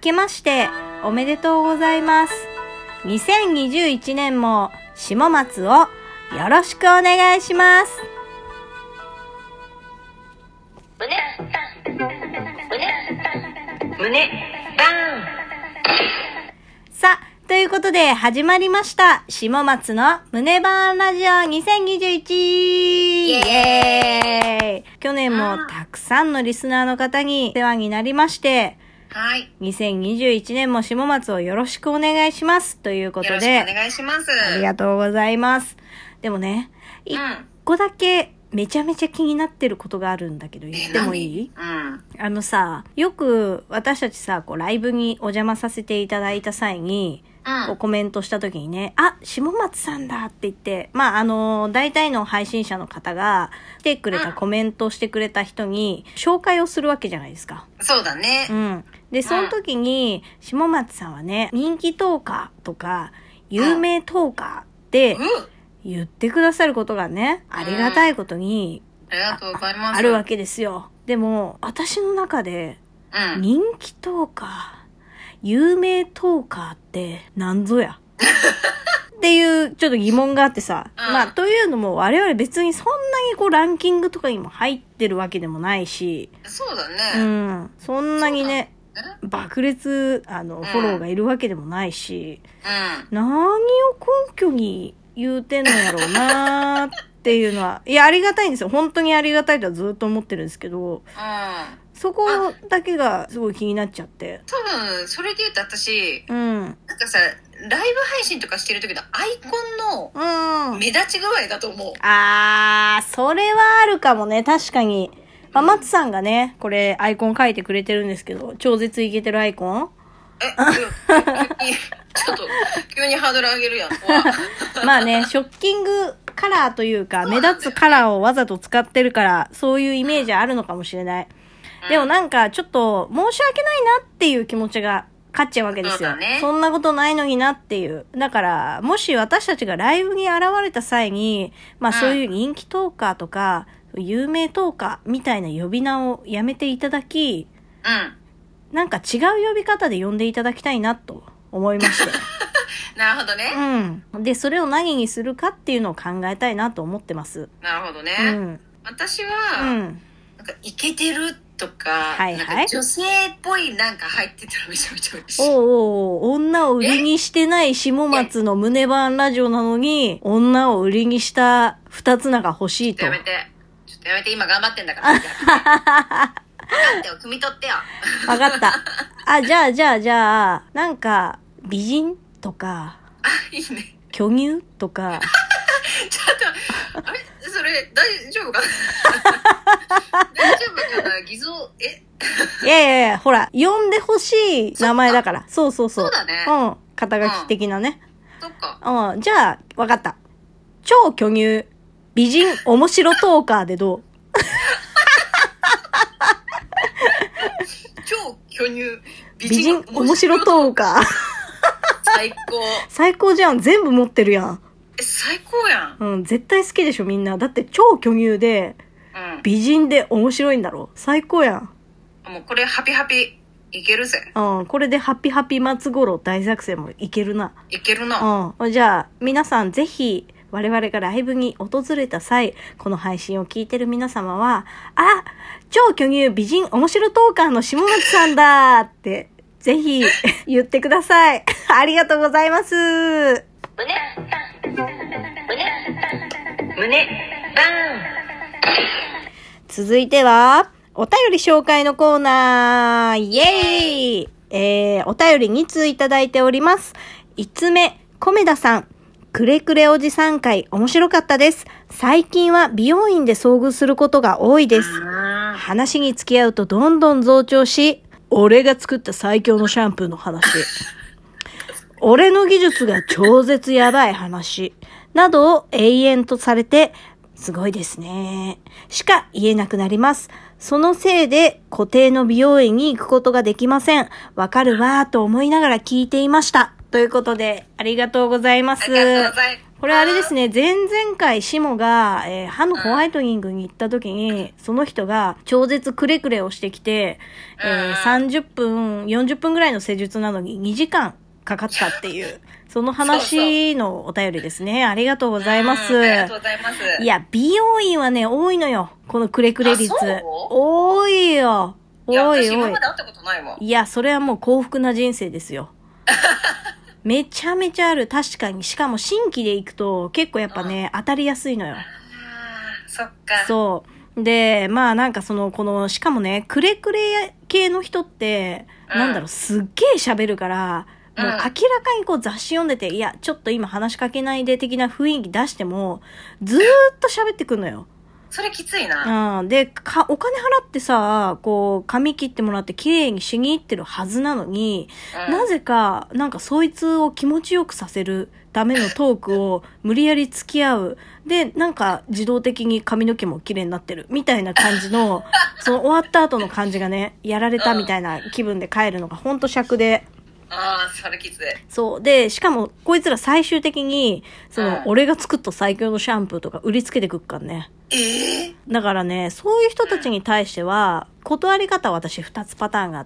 けましておめでとうございます。2021年も下松をよろしくお願いします。胸バン。さあ、ということで始まりました下松の胸バンラジオ2021。イエーイ。去年もたくさんのリスナーの方に世話になりまして、 はい。 2021年も下松をよろしくお願いしますということで。 よろしくお願いします。 ありがとうございます。でもね、一個だけめちゃめちゃ気になってることがあるんだけど言ってもいい？よく私たちさ、こうライブにお邪魔させていただいた際に、こうコメントした時にね、あ、下松さんだって言って、大体の配信者の方が来てくれたコメントしてくれた人に紹介をするわけじゃないですか。 そうだね。 で、その時に、下松さんはね、人気トーカーとか、有名トーカーって言ってくださることがね、ありがたいことに、 ありがとうございます。 あるわけですよ。でも、私の中で、人気トーカー、有名トーカーって何ぞやっていうちょっと疑問があってさ、というのも我々別にそんなにこうランキングとかにも入ってるわけでもないし、 そうだね。 そんなにね、爆裂フォローがいるわけでもないし、何を根拠に言うてんのやろうなーっていうのは、いやありがたいんですよ。本当にありがたいとはずっと思ってるんですけど、そこだけがすごい気になっちゃって。 多分それで言うと私、なんかさ、ライブ配信とかしてる時のアイコンの目立ち具合だと思う。 それはあるかもね。確かに。松さんがね、これアイコン書いてくれてるんですけど、超絶イケてるアイコン？ ちょっと急にハードル上げるやん。 まあね、ショッキングカラーというか、目立つカラーをわざと使ってるから、そういうイメージあるのかもしれない。でもなんかちょっと申し訳ないなっていう気持ちが勝っちゃうわけですよ。そんなことないのになっていう。だから、もし私たちがライブに現れた際に、そういう人気トーカーとか、有名トーカーみたいな呼び名をやめていただき、なんか違う呼び方で呼んでいただきたいなと思いまして。 なるほどね。 で、それを何にするかっていうのを考えたいなと思ってます。 なるほどね。私は、なんかイケてるとか、なんか女性っぽいなんか入ってたらめちゃめちゃ嬉しい。 女を売りにしてない下松の胸バンラジオなのに、女を売りにした二つなんか欲しいと。 ちょっとやめて、今頑張ってんだから。分かってよ、汲み取ってよ。 分かった。じゃあ、なんか、美人とか、 いいね。 巨乳とか。 ちょっと、あれそれ、大丈夫かな大丈夫かな偽造、 いや、ほら、呼んでほしい名前だから。そう。 そうだね。 肩書き的なね。 そっか。 じゃあ、分かった。超巨乳、美人、面白トーカーでどう？ 超巨乳、 美人、面白トーカー。 最高。 最高じゃん。全部持ってるやん。 最高やん。 絶対好きでしょ、みんな。だって超巨乳で、美人で面白いんだろ。最高やん。 もうこれハピハピいけるぜ。 これでハピハピ松五郎大作戦もいけるな。 いけるな。 じゃあ、皆さんぜひ、我々がライブに訪れた際、この配信を聞いてる皆様は、超巨乳美人面白トーカーの下松さんだって、ぜひ言ってください。ありがとうございます。胸バン。続いては、お便り紹介のコーナー。イエーイ。お便り2通いただいております。1つ目、コメダさん。くれくれおじさん会面白かったです。最近は美容院で遭遇することが多いです。話に付き合うとどんどん増長し、俺が作った最強のシャンプーの話。俺の技術が超絶やばい話。などを永遠とされて、すごいですね。しか言えなくなります。そのせいで固定の美容院に行くことができません。わかるわーと思いながら聞いていました。ということで、ありがとうございます。 これあれですね、前々回シモが、歯のホワイトニングに行った時に、その人が超絶クレクレをしてきて、30分、40分ぐらいの施術なのに2時間かかったっていう、その話のお便りですね。ありがとうございます。 ありがとうございます。 いや、美容院はね、多いのよ。このクレクレ率。多いよ。 いや、私今まで会ったことないもん。 いや、それはもう幸福な人生ですよ。めちゃめちゃある。確かに。しかも新規で行くと結構やっぱね、当たりやすいのよ。 そっか。 そう。で、まあなんかしかもね、クレクレ系の人って、なんだろう、すっげえ喋るから、もう明らかにこう雑誌読んでて、いや、ちょっと今話しかけないで的な雰囲気出しても、ずーっと喋ってくんのよ。 それきついな。 で、お金払ってさ、こう、髪切ってもらって綺麗にしに行ってるはずなのに、なぜか、なんかそいつを気持ちよくさせるためのトークを無理やり付き合う。で、なんか自動的に髪の毛も綺麗になってる。みたいな感じの、その終わった後の感じがね、やられたみたいな気分で帰るのがほんと尺で。 それきつい。 そう。で、しかも、こいつら最終的に、俺が作った最強のシャンプーとか売りつけてくっからね。だからね、そういう人たちに対しては、断り方は私2つパターンがあって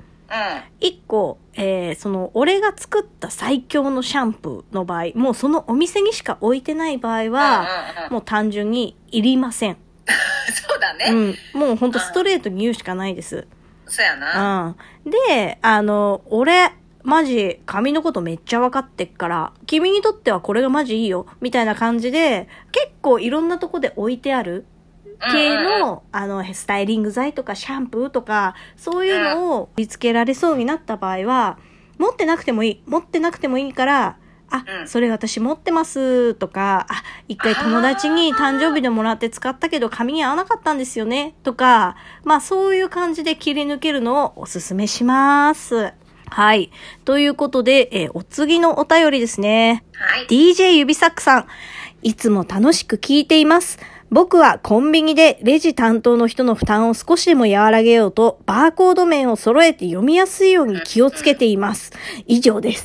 、1個、俺が作った最強のシャンプーの場合、もうそのお店にしか置いてない場合は、もう単純にいりません。 そうだね。 もうほんとストレートに言うしかないです。 そうやな。 で、俺、マジ、髪のことめっちゃ分かってっから、君にとってはこれがマジいいよ、みたいな感じで、結構いろんなとこで置いてある系の、スタイリング剤とかシャンプーとか、そういうのを見つけられそうになった場合は、持ってなくてもいいから、それ私持ってますとか、一回友達に誕生日でもらって使ったけど髪に合わなかったんですよねとか、まあそういう感じで切り抜けるのをおすすめします。はい。ということで、お次のお便りですね。 はい。 DJ 指サックさん。いつも楽しく聞いています。僕はコンビニでレジ担当の人の負担を少しでも和らげようと、バーコード面を揃えて読みやすいように気をつけています。以上です。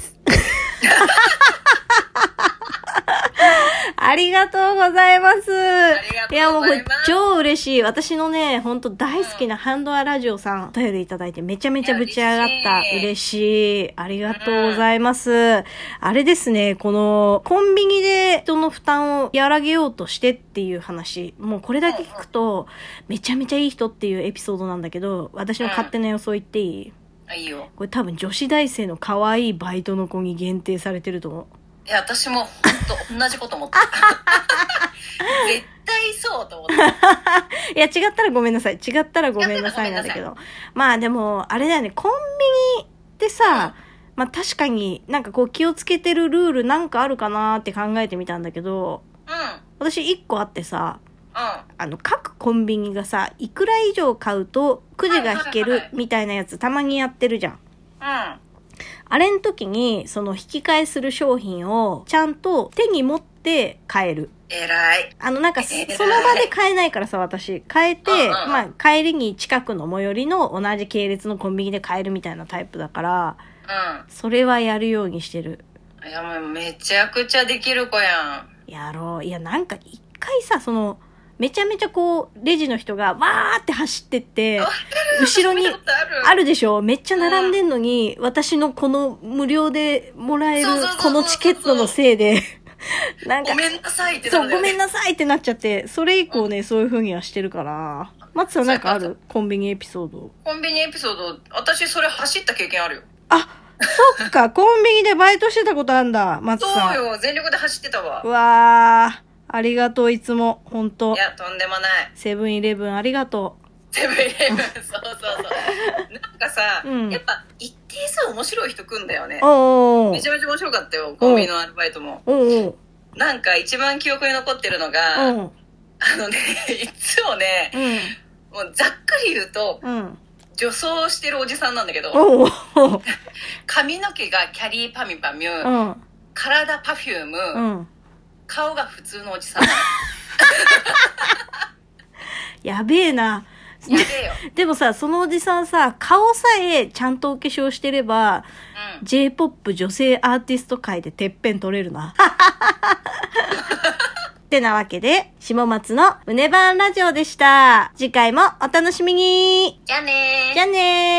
ありがとうございます。いや、もうこれ超嬉しい。私のね、ほんと大好きなハンドアラジオさん、お便りいただいてめちゃめちゃぶち上がった。嬉しい。ありがとうございます。あれですね、この、コンビニで人の負担を和らげようとしてっていう話、もうこれだけ聞くと、めちゃめちゃいい人っていうエピソードなんだけど、私の勝手な予想言っていい？ いいよ。 これ多分女子大生の可愛いバイトの子に限定されてると思う。 いや、私も本当同じこと思った。絶対そうと思った。 いや、違ったらごめんなさいなんだけど。まあでも、あれだよね、コンビニってさ、まあ確かになんかこう気をつけてるルールなんかあるかなって考えてみたんだけど、私1個あってさ、各コンビニがさ、いくら以上買うとくじが引けるみたいなやつたまにやってるじゃん。あれの時に、その引き換えする商品をちゃんと手に持って買える。 偉い。 なんか、その場で買えないからさ、私。買えて、まあ、帰りに近くの最寄りの同じ系列のコンビニで買えるみたいなタイプだから、それはやるようにしてる。 いや、もうめちゃくちゃできる子やん。やろう。いや、なんか一回さ、めちゃめちゃこう、レジの人がわーって走ってって、後ろに、あるでしょ？めっちゃ並んでんのに、私のこの無料でもらえるこのチケットのせいで、 なんか、ごめんなさいってなっちゃって。そう、ごめんなさいってなっちゃって、それ以降ね、そういう風にはしてるから。松さんなんかある？コンビニエピソード。 コンビニエピソード、私それ走った経験あるよ。 そっか、コンビニでバイトしてたことあんだ、松さん。 そうよ、全力で走ってたわ。 うわー。ありがとう、いつも。ほんと。 いや、とんでもない。 セブンイレブンありがとう。セブンイレブン、そう。なんかさ、やっぱ一定数面白い人来んだよね。めちゃめちゃ面白かったよ、コンビニのアルバイトも。なんか一番記憶に残ってるのが、いつもね、もうざっくり言うと、女装してるおじさんなんだけど、髪の毛がキャリーパミュパミュ、体パフューム、顔が普通のおじさん。 やべえな。 やべえよ。 でもさ、そのおじさんさ、顔さえちゃんとお化粧してれば、J-POP 女性アーティスト界でてっぺん取れるな。 ってなわけで、下松の胸バンラジオでした。次回もお楽しみに。 じゃあねー。 じゃあねー。